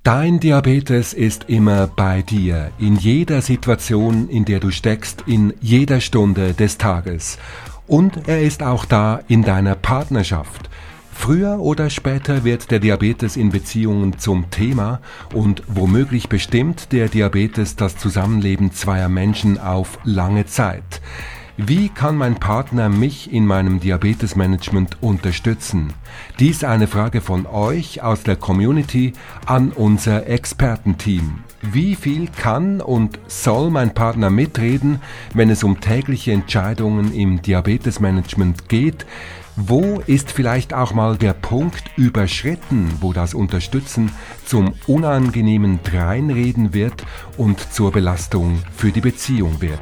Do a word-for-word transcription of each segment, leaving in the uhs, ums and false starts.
Dein Diabetes ist immer bei dir, in jeder Situation, in der du steckst, in jeder Stunde des Tages. Und er ist auch da in deiner Partnerschaft. Früher oder später wird der Diabetes in Beziehungen zum Thema und womöglich bestimmt der Diabetes das Zusammenleben zweier Menschen auf lange Zeit. Wie kann mein Partner mich in meinem Diabetesmanagement unterstützen? Dies eine Frage von euch aus der Community an unser Expertenteam. Wie viel kann und soll mein Partner mitreden, wenn es um tägliche Entscheidungen im Diabetesmanagement geht? Wo ist vielleicht auch mal der Punkt überschritten, wo das Unterstützen zum unangenehmen Dreinreden wird und zur Belastung für die Beziehung wird?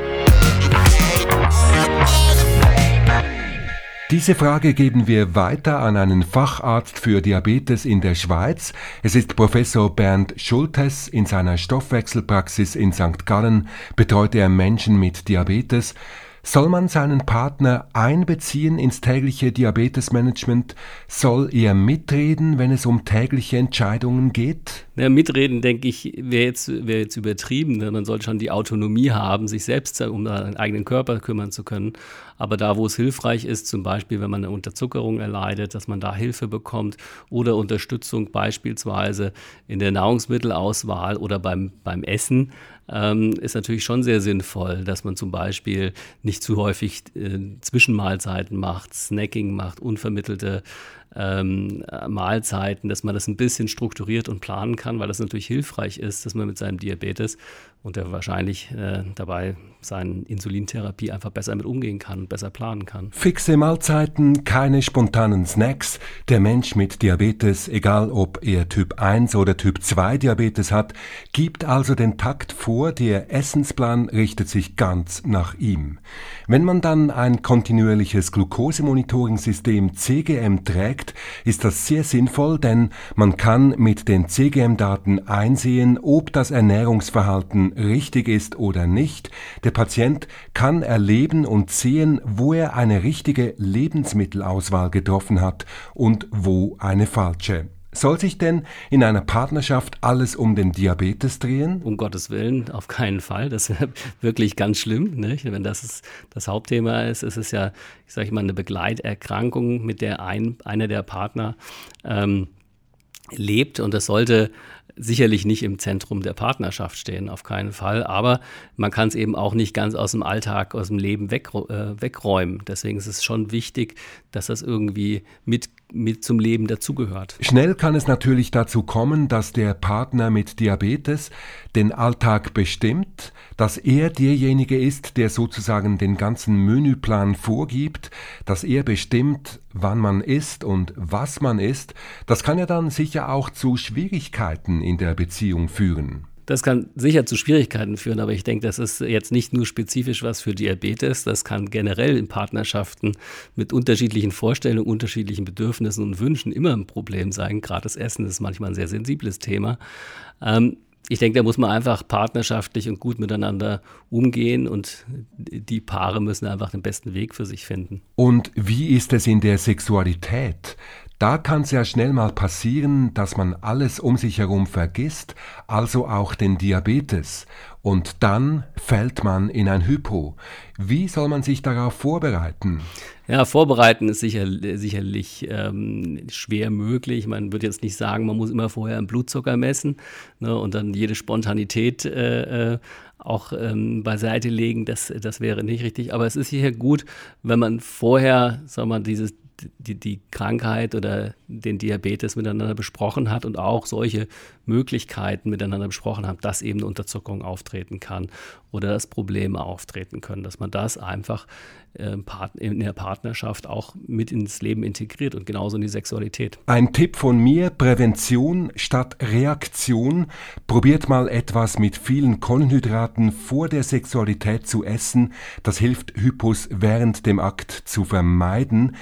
Diese Frage geben wir weiter an einen Facharzt für Diabetes in der Schweiz. Es ist Professor Bernd Schultes. In seiner Stoffwechselpraxis in Sankt Gallen betreut er Menschen mit Diabetes. Soll man seinen Partner einbeziehen ins tägliche Diabetesmanagement? Soll er mitreden, wenn es um tägliche Entscheidungen geht? Ja, mitreden, denke ich, wäre jetzt, wäre jetzt übertrieben. Man sollte schon die Autonomie haben, sich selbst um seinen eigenen Körper kümmern zu können. Aber da, wo es hilfreich ist, zum Beispiel, wenn man eine Unterzuckerung erleidet, dass man da Hilfe bekommt oder Unterstützung beispielsweise in der Nahrungsmittelauswahl oder beim, beim Essen, ähm, ist natürlich schon sehr sinnvoll, dass man zum Beispiel nicht zu häufig äh, Zwischenmahlzeiten macht, Snacking macht, unvermittelte ähm, Mahlzeiten, dass man das ein bisschen strukturiert und planen kann, weil das natürlich hilfreich ist, dass man mit seinem Diabetes und der wahrscheinlich äh, dabei seine Insulintherapie einfach besser mit umgehen kann und besser planen kann. Fixe Mahlzeiten, keine spontanen Snacks. Der Mensch mit Diabetes, egal ob er Typ eins oder Typ zwei Diabetes hat, gibt also den Takt vor, der Essensplan richtet sich ganz nach ihm. Wenn man dann ein kontinuierliches Glukosemonitoring-System C G M trägt, ist das sehr sinnvoll, denn man kann mit den C G M-Daten einsehen, ob das Ernährungsverhalten richtig ist oder nicht. Der Patient kann erleben und sehen, wo er eine richtige Lebensmittelauswahl getroffen hat und wo eine falsche. Soll sich denn in einer Partnerschaft alles um den Diabetes drehen? Um Gottes Willen, auf keinen Fall. Das wäre wirklich ganz schlimm, nicht? Wenn das ist, das Hauptthema ist. Es ist ja, ich sage mal, eine Begleiterkrankung, mit der ein, einer der Partner ähm, lebt. Und das sollte sicherlich nicht im Zentrum der Partnerschaft stehen, auf keinen Fall. Aber man kann es eben auch nicht ganz aus dem Alltag, aus dem Leben weg, äh, wegräumen. Deswegen ist es schon wichtig, dass das irgendwie mit, mit zum Leben dazugehört. Schnell kann es natürlich dazu kommen, dass der Partner mit Diabetes den Alltag bestimmt, dass er derjenige ist, der sozusagen den ganzen Menüplan vorgibt, dass er bestimmt, wann man isst und was man isst. Das kann ja dann sicher auch zu Schwierigkeiten in der Beziehung führen. Das kann sicher zu Schwierigkeiten führen, aber ich denke, das ist jetzt nicht nur spezifisch was für Diabetes, das kann generell in Partnerschaften mit unterschiedlichen Vorstellungen, unterschiedlichen Bedürfnissen und Wünschen immer ein Problem sein. Gerade das Essen ist manchmal ein sehr sensibles Thema. Ähm, Ich denke, da muss man einfach partnerschaftlich und gut miteinander umgehen und die Paare müssen einfach den besten Weg für sich finden. Und wie ist es in der Sexualität? Da kann es ja schnell mal passieren, dass man alles um sich herum vergisst, also auch den Diabetes. Und dann fällt man in ein Hypo. Wie soll man sich darauf vorbereiten? Ja, vorbereiten ist sicher, sicherlich ähm, schwer möglich. Man würde jetzt nicht sagen, man muss immer vorher einen Blutzucker messen, ne, und dann jede Spontanität äh, äh, auch ähm, beiseite legen. Das, das wäre nicht richtig. Aber es ist sicher gut, wenn man vorher, sagen wir mal, dieses Die, die Krankheit oder den Diabetes miteinander besprochen hat und auch solche Möglichkeiten miteinander besprochen hat, dass eben eine Unterzuckerung auftreten kann oder dass Probleme auftreten können, dass man das einfach äh, in der Partnerschaft auch mit ins Leben integriert und genauso in die Sexualität. Ein Tipp von mir: Prävention statt Reaktion. Probiert mal etwas mit vielen Kohlenhydraten vor der Sexualität zu essen. Das hilft, Hypos während dem Akt zu vermeiden, denn in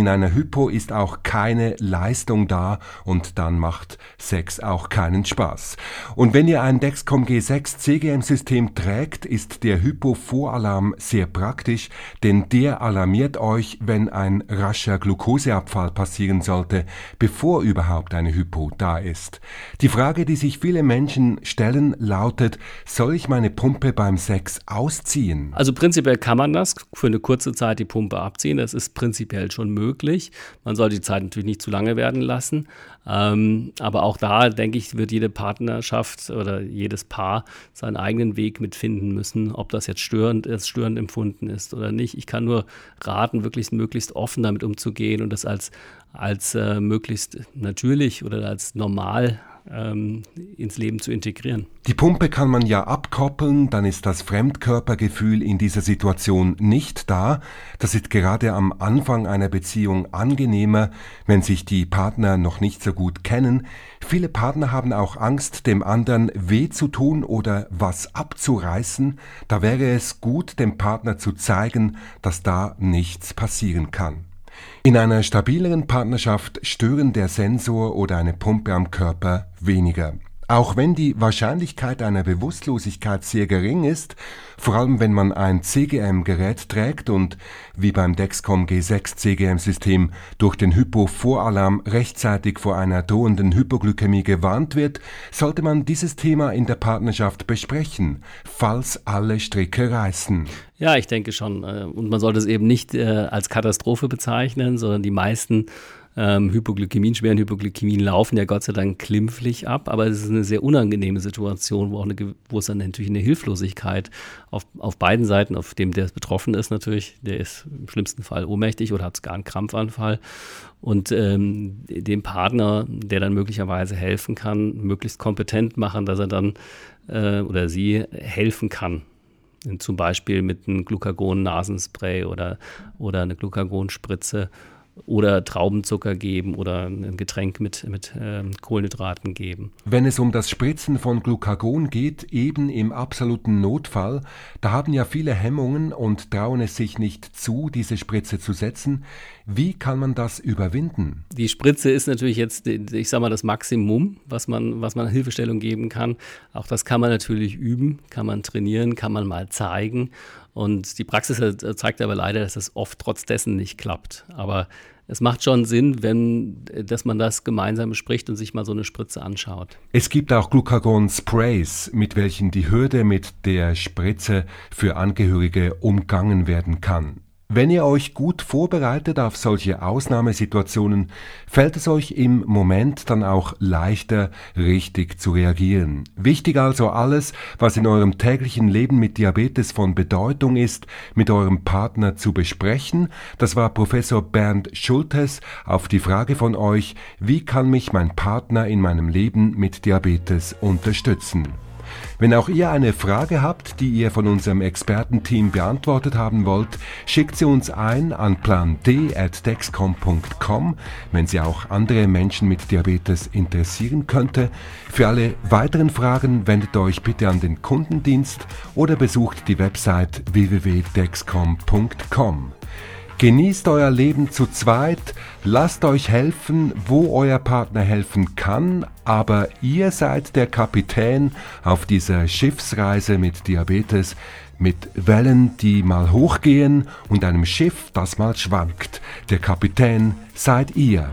in einer Hypo ist auch keine Leistung da und dann macht Sex auch keinen Spaß. Und wenn ihr ein Dexcom G sechs C G M-System trägt, ist der Hypo-Voralarm sehr praktisch, denn der alarmiert euch, wenn ein rascher Glukoseabfall passieren sollte, bevor überhaupt eine Hypo da ist. Die Frage, die sich viele Menschen stellen, lautet: Soll ich meine Pumpe beim Sex ausziehen? Also prinzipiell kann man das für eine kurze Zeit die Pumpe abziehen. Das ist prinzipiell schon möglich. Man soll die Zeit natürlich nicht zu lange werden lassen. Ähm, aber auch da, denke ich, wird jede Partnerschaft oder jedes Paar seinen eigenen Weg mitfinden müssen, ob das jetzt störend ist, störend empfunden ist oder nicht. Ich kann nur raten, wirklich möglichst offen damit umzugehen und das als, als äh, möglichst natürlich oder als normal ähm, ins Leben zu integrieren. Die Pumpe kann man ja abkoppeln, dann ist das Fremdkörpergefühl in dieser Situation nicht da. Das ist gerade am Anfang einer Beziehung angenehmer, wenn sich die Partner noch nicht so gut kennen. Viele Partner haben auch Angst, dem anderen weh zu tun oder was abzureißen. Da wäre es gut, dem Partner zu zeigen, dass da nichts passieren kann. In einer stabileren Partnerschaft stören der Sensor oder eine Pumpe am Körper weniger. Auch wenn die Wahrscheinlichkeit einer Bewusstlosigkeit sehr gering ist, vor allem wenn man ein C G M-Gerät trägt und wie beim Dexcom G sechs C G M-System durch den Hypo-Voralarm rechtzeitig vor einer drohenden Hypoglykämie gewarnt wird, sollte man dieses Thema in der Partnerschaft besprechen, falls alle Stricke reißen. Ja, ich denke schon. Und man sollte es eben nicht äh, als Katastrophe bezeichnen, sondern die meisten Ähm, Hypoglykämien, schweren Hypoglykämien laufen ja Gott sei Dank klimpflich ab, aber es ist eine sehr unangenehme Situation, wo, auch eine, wo es dann natürlich eine Hilflosigkeit auf, auf beiden Seiten, auf dem der betroffen ist natürlich, der ist im schlimmsten Fall ohnmächtig oder hat sogar einen Krampfanfall und ähm, dem Partner, der dann möglicherweise helfen kann, möglichst kompetent machen, dass er dann äh, oder sie helfen kann. Zum Beispiel mit einem Glucagon-Nasenspray oder, oder eine Glucagon-Spritze. Oder Traubenzucker geben oder ein Getränk mit, mit ähm, Kohlenhydraten geben. Wenn es um das Spritzen von Glucagon geht, eben im absoluten Notfall, da haben ja viele Hemmungen und trauen es sich nicht zu, diese Spritze zu setzen. Wie kann man das überwinden? Die Spritze ist natürlich jetzt, ich sag mal, das Maximum, was man, was man an Hilfestellung geben kann. Auch das kann man natürlich üben, kann man trainieren, kann man mal zeigen. Und die Praxis zeigt aber leider, dass das oft trotz dessen nicht klappt. Aber es macht schon Sinn, wenn, dass man das gemeinsam bespricht und sich mal so eine Spritze anschaut. Es gibt auch Glucagon-Sprays, mit welchen die Hürde mit der Spritze für Angehörige umgangen werden kann. Wenn ihr euch gut vorbereitet auf solche Ausnahmesituationen, fällt es euch im Moment dann auch leichter, richtig zu reagieren. Wichtig also alles, was in eurem täglichen Leben mit Diabetes von Bedeutung ist, mit eurem Partner zu besprechen. Das war Professor Bernd Schultes auf die Frage von euch: Wie kann mich mein Partner in meinem Leben mit Diabetes unterstützen? Wenn auch ihr eine Frage habt, die ihr von unserem Expertenteam beantwortet haben wollt, schickt sie uns ein an plan d at dexcom punkt com, wenn sie auch andere Menschen mit Diabetes interessieren könnte. Für alle weiteren Fragen wendet euch bitte an den Kundendienst oder besucht die Website w w w punkt dexcom punkt com. Genießt euer Leben zu zweit, lasst euch helfen, wo euer Partner helfen kann, aber ihr seid der Kapitän auf dieser Schiffsreise mit Diabetes, mit Wellen, die mal hochgehen und einem Schiff, das mal schwankt. Der Kapitän seid ihr.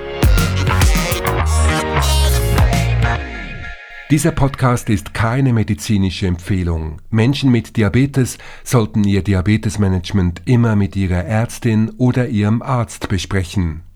Dieser Podcast ist keine medizinische Empfehlung. Menschen mit Diabetes sollten ihr Diabetesmanagement immer mit ihrer Ärztin oder ihrem Arzt besprechen.